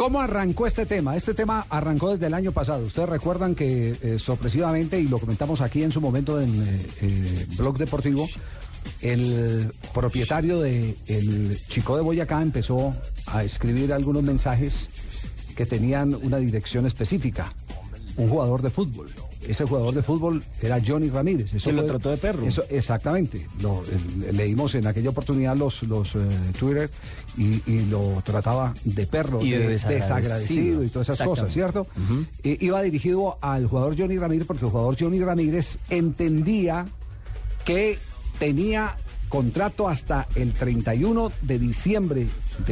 ¿Cómo arrancó este tema? Este tema arrancó desde el año pasado. Ustedes recuerdan que sorpresivamente, y lo comentamos aquí en su momento en Blog Deportivo, el propietario de el Chico de Boyacá empezó a escribir algunos mensajes que tenían una dirección específica. Un jugador de fútbol. Ese jugador de fútbol era Johnny Ramírez. Eso lo trató de perro. Eso, exactamente. Leímos en aquella oportunidad los Twitter y lo trataba de perro, y de desagradecido y todas esas cosas, ¿cierto? Uh-huh. Iba dirigido al jugador Johnny Ramírez porque el jugador Johnny Ramírez entendía que tenía contrato hasta el 31 de diciembre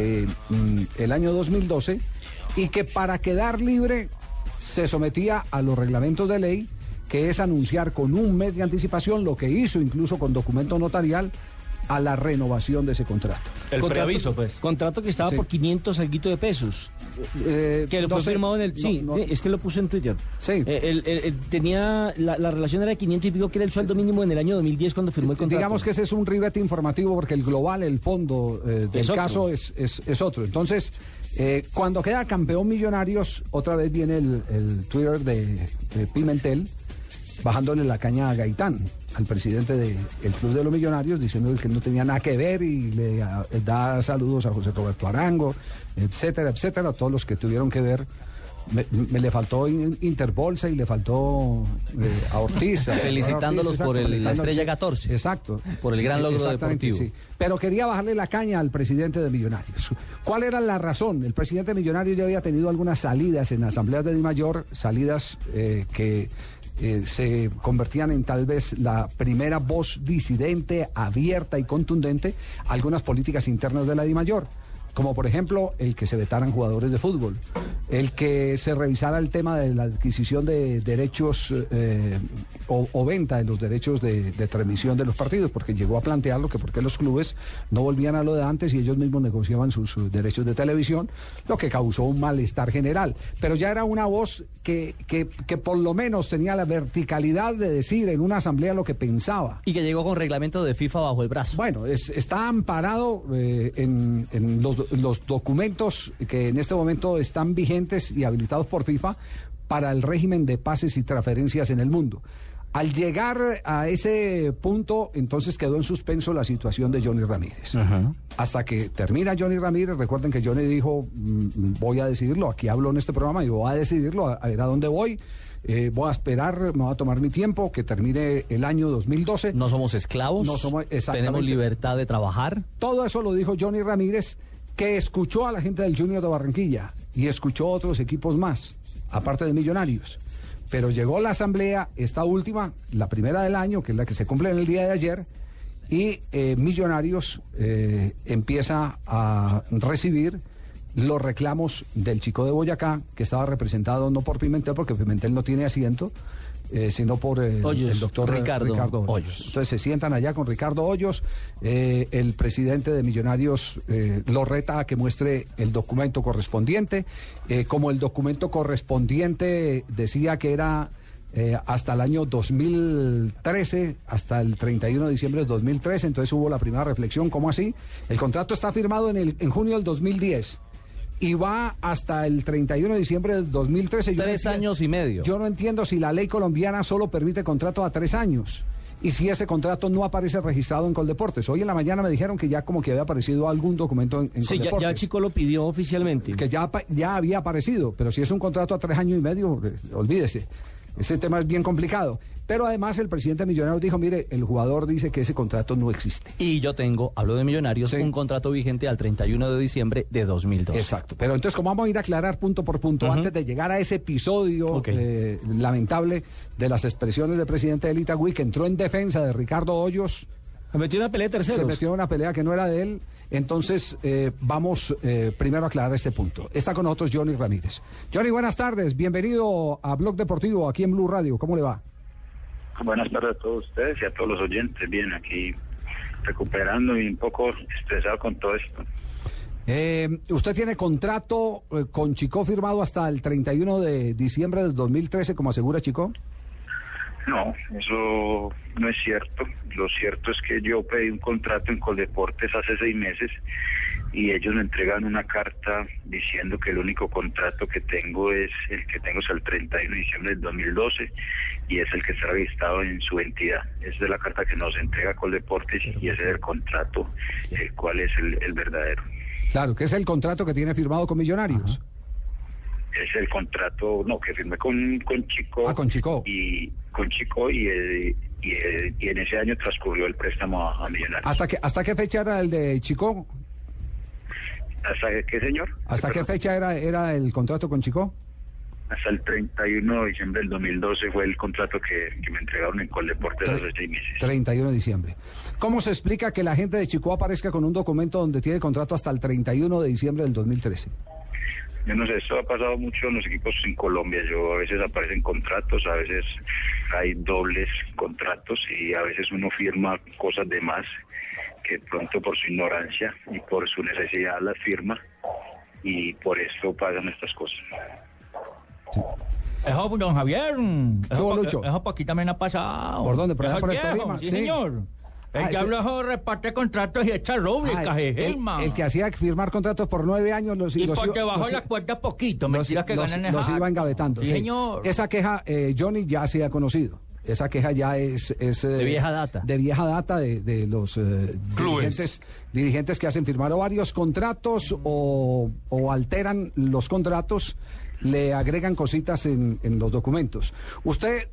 del año 2012 y que para quedar libre se sometía a los reglamentos de ley, que es anunciar con un mes de anticipación, lo que hizo incluso con documento notarial, a la renovación de ese contrato. El preaviso, pues. Contrato que estaba por 500 alguito de pesos. Que lo fue firmado en el... Sí, es que lo puse en Twitter. Sí. Tenía... La relación era de 500 y pico, que era el sueldo mínimo en el año 2010 cuando firmó el contrato. Digamos que ese es un ribete informativo porque el global, el fondo del caso es otro. Entonces... cuando queda campeón Millonarios, otra vez viene el Twitter de Pimentel bajándole la caña a Gaitán, al presidente del Club de los Millonarios, diciendo que no tenía nada que ver y le da saludos a José Roberto Arango, etcétera, etcétera, a todos los que tuvieron que ver. Me le faltó Interbolsa y le faltó a Ortiz. Felicitándolos por la estrella 14. Exacto. Por el gran logro deportivo. Sí. Pero quería bajarle la caña al presidente de Millonarios. ¿Cuál era la razón? El presidente de Millonarios ya había tenido algunas salidas en asambleas de Dimayor, salidas que se convertían en tal vez la primera voz disidente, abierta y contundente a algunas políticas internas de la Dimayor. Como por ejemplo el que se vetaran jugadores de fútbol, el que se revisara el tema de la adquisición de derechos o venta de los derechos de transmisión de los partidos, porque llegó a plantearlo que porque los clubes no volvían a lo de antes y ellos mismos negociaban sus derechos de televisión, lo que causó un malestar general. Pero ya era una voz que por lo menos tenía la verticalidad de decir en una asamblea lo que pensaba. Y que llegó con reglamento de FIFA bajo el brazo. Bueno, está amparado en los documentos que en este momento están vigentes y habilitados por FIFA para el régimen de pases y transferencias en el mundo. Al llegar a ese punto, entonces quedó en suspenso la situación de Johnny Ramírez. Uh-huh. Hasta que termina Johnny Ramírez, recuerden que Johnny dijo, voy a decidirlo, aquí hablo en este programa y voy a decidirlo, a ver a dónde voy. Voy a esperar, me voy a tomar mi tiempo, que termine el año 2012. No somos esclavos, tenemos libertad de trabajar. Todo eso lo dijo Johnny Ramírez, que escuchó a la gente del Junior de Barranquilla y escuchó a otros equipos más, aparte de Millonarios. Pero llegó la asamblea, esta última, la primera del año, que es la que se cumple en el día de ayer, y Millonarios empieza a recibir los reclamos del Chico de Boyacá, que estaba representado no por Pimentel, porque Pimentel no tiene asiento, sino por el doctor Ricardo Hoyos. Entonces se sientan allá con Ricardo Hoyos, el presidente de Millonarios lo reta a que muestre el documento correspondiente, como el documento correspondiente decía que era hasta el año 2013, hasta el 31 de diciembre de 2013, entonces hubo la primera reflexión, ¿cómo así? El contrato está firmado en junio del 2010. Y va hasta el 31 de diciembre del 2013. 3 años y medio. Yo no entiendo si la ley colombiana solo permite contrato a 3 años. Y si ese contrato no aparece registrado en Coldeportes. Hoy en la mañana me dijeron que ya como que había aparecido algún documento en Coldeportes. Ya el Chico lo pidió oficialmente. Que ya había aparecido. Pero si es un contrato a 3 años y medio, olvídese. Ese tema es bien complicado. Pero además el presidente de Millonarios dijo, mire, el jugador dice que ese contrato no existe. Y yo hablo de Millonarios, sí, un contrato vigente al 31 de diciembre de 2002. Exacto. Pero entonces, como vamos a ir a aclarar punto por punto, antes de llegar a ese episodio lamentable de las expresiones del presidente del Itagüí, que entró en defensa de Ricardo Hoyos. Se metió en una pelea de terceros. Se metió en una pelea que no era de él. Entonces, vamos primero a aclarar este punto. Está con nosotros Johnny Ramírez. Johnny, buenas tardes. Bienvenido a Blog Deportivo, aquí en Blue Radio. ¿Cómo le va? Buenas tardes a todos ustedes y a todos los oyentes. Bien, aquí recuperando y un poco estresado con todo esto. Usted tiene contrato con Chico firmado hasta el 31 de diciembre del 2013, como asegura Chico. No, eso no es cierto. Lo cierto es que yo pedí un contrato en Coldeportes hace 6 meses y ellos me entregan una carta diciendo que el único contrato que tengo es el que tengo hasta el 31 de diciembre del 2012 y es el que está registrado en su entidad. Esa es la carta que nos entrega Coldeportes y ese es el contrato, el cual es el verdadero. Claro, que es el contrato que tiene firmado con Millonarios. Ajá. Es el contrato, no, que firmé con Chico. Ah, con Chico. Y con Chico y en ese año transcurrió el préstamo a Millonarios. ¿Hasta qué fecha era el de Chico? ¿Hasta qué, señor? ¿Hasta qué fecha era el contrato con Chico? Hasta el 31 de diciembre del 2012 fue el contrato que me entregaron en Coldeportes hace 6 meses. 31 de diciembre. ¿Cómo se explica que la gente de Chico aparezca con un documento donde tiene contrato hasta el 31 de diciembre del 2013? Yo no sé, esto ha pasado mucho en los equipos en Colombia. A veces aparecen contratos, a veces hay dobles contratos y a veces uno firma cosas de más que pronto por su ignorancia y por su necesidad las firma y por esto pasan estas cosas. Eso, don Javier, eso por aquí también ha pasado. ¿Por dónde? ¿Por allá, por el Tolima? Sí, señor. El diablo reparte contratos y echa rúbricas, el que hacía firmar contratos por 9 años y por debajo de las cuerdas poquito, mentiras que ganan los iba engavetando. Sí, señor. Esa queja, Johnny, ya se ha conocido. Esa queja ya es de vieja data. De vieja data de los dirigentes que hacen firmar varios contratos o alteran los contratos, le agregan cositas en los documentos. ¿Usted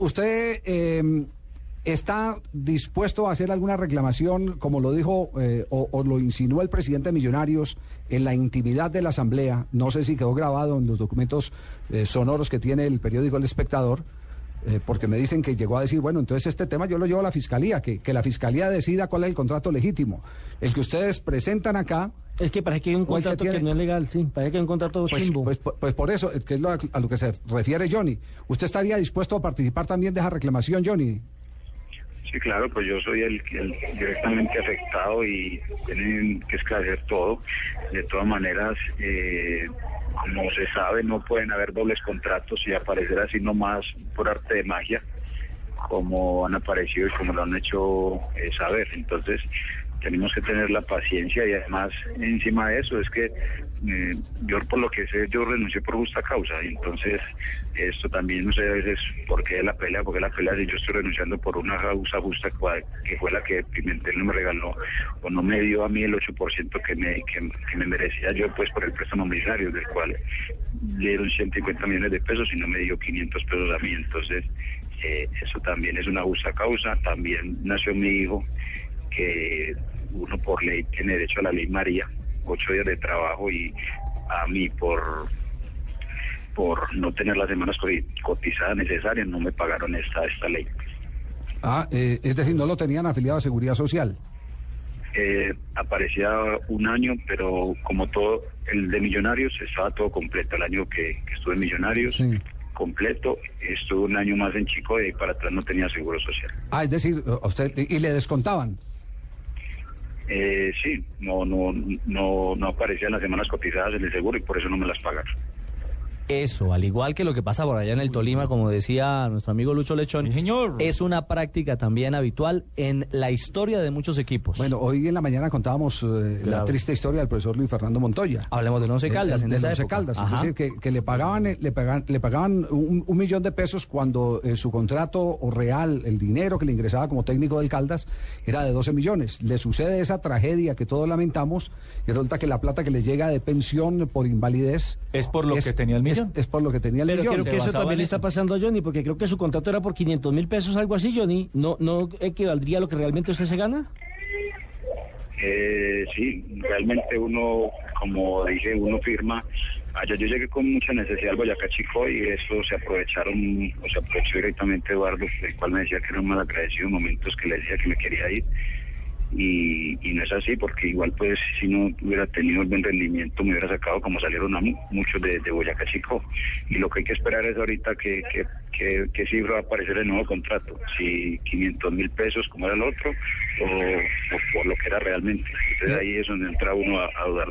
está dispuesto a hacer alguna reclamación, como lo dijo o lo insinuó el presidente de Millonarios en la intimidad de la Asamblea? No sé si quedó grabado en los documentos sonoros que tiene el periódico El Espectador, porque me dicen que llegó a decir, bueno, entonces este tema yo lo llevo a la Fiscalía, que la Fiscalía decida cuál es el contrato legítimo. El que ustedes presentan acá... Es que parece que hay un contrato que no es legal, sí, parece que hay un contrato chimbo. Pues por eso, que es a lo que se refiere Johnny. ¿Usted estaría dispuesto a participar también de esa reclamación, Johnny? Sí, claro, pues yo soy el directamente afectado y tienen que esclarecer todo. De todas maneras, como se sabe, no pueden haber dobles contratos y aparecer así nomás por arte de magia, como han aparecido y como lo han hecho saber. Entonces, tenemos que tener la paciencia y además, encima de eso, es que yo por lo que sé, yo renuncié por justa causa, y entonces esto también no sé a veces por qué la pelea, si yo estoy renunciando por una causa justa que fue la que Pimentel no me regaló o no me dio a mí el 8% que me merecía yo pues por el préstamo millonario, del cual le dieron 150 millones de pesos y no me dio 500 pesos a mí. Entonces eso también es una justa causa. También nació mi hijo, que uno por ley tiene derecho a la ley María, 8 días de trabajo, y a mí por no tener las semanas cotizadas necesarias no me pagaron esta ley. Es decir, no lo tenían afiliado a Seguridad Social. Aparecía un año, pero como todo, el de Millonarios estaba todo completo. El año que estuve en Millonarios, sí, completo, estuve un año más en Chico y ahí para atrás no tenía Seguro Social. Es decir, a usted, ¿y le descontaban? Sí, no aparecían las semanas cotizadas en el seguro y por eso no me las pagaron. Eso, al igual que lo que pasa por allá en el Tolima, como decía nuestro amigo Lucho Lechón, sí, señor, es una práctica también habitual en la historia de muchos equipos. Bueno, hoy en la mañana contábamos la triste historia del profesor Luis Fernando Montoya. Hablemos del Once Caldas, en esa época. Caldas, es decir, que le pagaban $1 millón cuando su contrato real, el dinero que le ingresaba como técnico del Caldas, era de 12 millones. Le sucede esa tragedia que todos lamentamos y resulta que la plata que le llega de pensión por invalidez es por lo que tenía el millón. Es por lo que tenía el millón. Pero creo que eso también le está pasando a Johnny, porque creo que su contrato era por 500.000 pesos, algo así, Johnny. ¿No equivaldría a lo que realmente usted se gana? Sí, realmente uno, como dije, uno firma. Yo llegué con mucha necesidad al Boyacá Chico y eso se aprovechó directamente Eduardo, el cual me decía que era un mal agradecido en momentos que le decía que me quería ir. Y no es así, porque igual pues si no hubiera tenido el buen rendimiento me hubiera sacado como salieron a muchos de Boyacá Chico, y lo que hay que esperar es ahorita que qué cifra va a aparecer el nuevo contrato, si 500.000 pesos como era el otro o por lo que era realmente. Entonces ahí es donde entra uno a dudar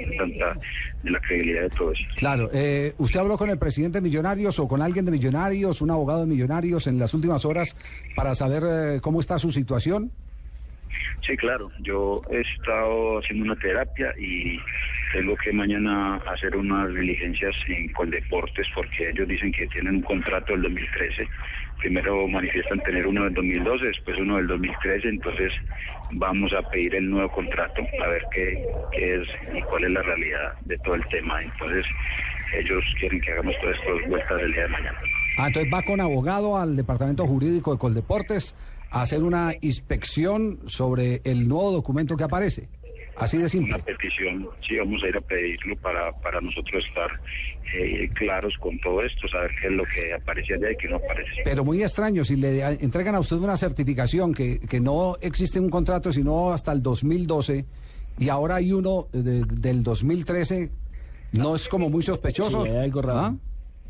de la credibilidad de todo eso. Claro, ¿usted habló con el presidente de Millonarios o con alguien de Millonarios, un abogado de Millonarios en las últimas horas para saber cómo está su situación? Sí, claro, yo he estado haciendo una terapia y tengo que mañana hacer unas diligencias en Coldeportes porque ellos dicen que tienen un contrato del 2013. Primero manifiestan tener uno del 2012, después uno del 2013, entonces vamos a pedir el nuevo contrato a ver qué es y cuál es la realidad de todo el tema. Entonces ellos quieren que hagamos todas estas vueltas el día de mañana. Entonces va con abogado al departamento jurídico de Coldeportes a hacer una inspección sobre el nuevo documento que aparece. Así de simple. Una petición, sí, vamos a ir a pedirlo para nosotros estar claros con todo esto, saber qué es lo que aparece allá y qué no aparece. Pero muy extraño, si le entregan a usted una certificación que no existe un contrato sino hasta el 2012 y ahora hay uno del 2013, ¿no es como muy sospechoso? Sí, hay algo raro. ¿Ah?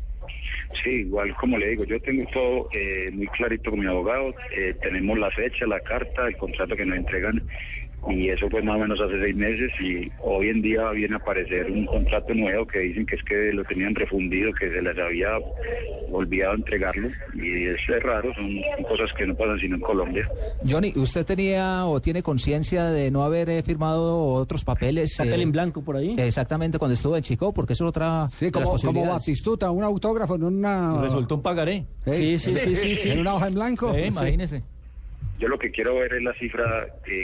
Sí, igual como le digo, yo tengo todo muy clarito con mi abogado, tenemos la fecha, la carta, el contrato que nos entregan y eso fue más o menos hace 6 meses y hoy en día viene a aparecer un contrato nuevo que dicen que es que lo tenían refundido, que se les había olvidado entregarlo y es raro, son cosas que no pasan sino en Colombia. Johnny, ¿usted tenía o tiene conciencia de no haber firmado otros papeles? ¿Papel en blanco por ahí? Exactamente, cuando estuvo en Chico, porque eso es otra Sí, de las como posibilidades. Batistuta, un autógrafo en una... Y resultó un pagaré. Sí. Sí. En una hoja en blanco. Imagínese. Yo lo que quiero ver es la cifra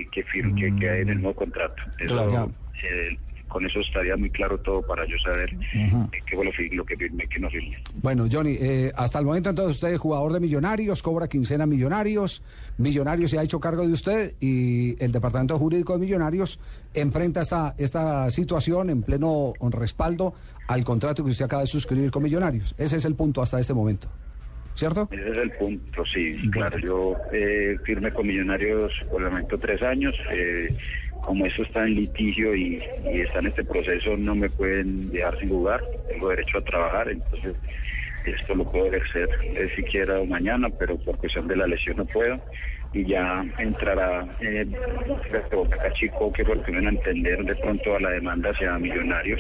que hay en el nuevo contrato. Eso, Claro. Con eso estaría muy claro todo para yo saber qué fue lo que firmé, qué no firmé. Bueno, Johnny, hasta el momento entonces usted es jugador de Millonarios, cobra quincena Millonarios se ha hecho cargo de usted y el Departamento Jurídico de Millonarios enfrenta esta situación en pleno respaldo al contrato que usted acaba de suscribir con Millonarios. Ese es el punto hasta este momento, ¿cierto? Ese es el punto, sí, claro. Yo firmé con Millonarios por el momento 3 años. Como eso está en litigio y está en este proceso, no me pueden dejar sin jugar. Tengo derecho a trabajar, entonces esto lo puedo ejercer siquiera mañana, pero por cuestión de la lesión no puedo. Y ya entrará Boca Chico, que por lo que van a entender de pronto a la demanda hacia Millonarios.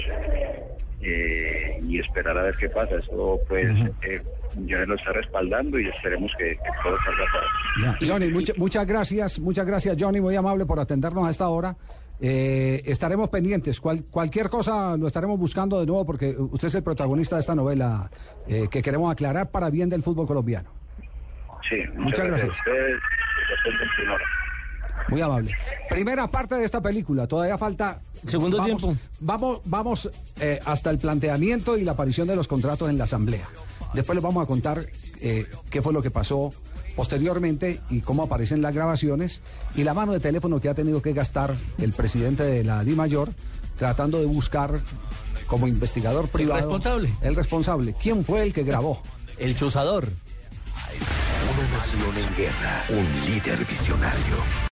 Y esperar a ver qué pasa. Eso pues ya lo está respaldando y esperemos que todo salga para. Johnny, muchas gracias Johnny, muy amable por atendernos a esta hora. Estaremos pendientes, cualquier cosa lo estaremos buscando de nuevo porque usted es el protagonista de esta novela que queremos aclarar para bien del fútbol colombiano. Sí, muchas gracias. A ustedes, muy amable. Primera parte de esta película, todavía falta... Segundo tiempo. Vamos hasta el planteamiento y la aparición de los contratos en la Asamblea. Después les vamos a contar qué fue lo que pasó posteriormente y cómo aparecen las grabaciones y la mano de teléfono que ha tenido que gastar el presidente de la DIMAYOR tratando de buscar como investigador privado... El responsable. ¿Quién fue el que grabó? El chuzador. Una nación en guerra, un líder visionario.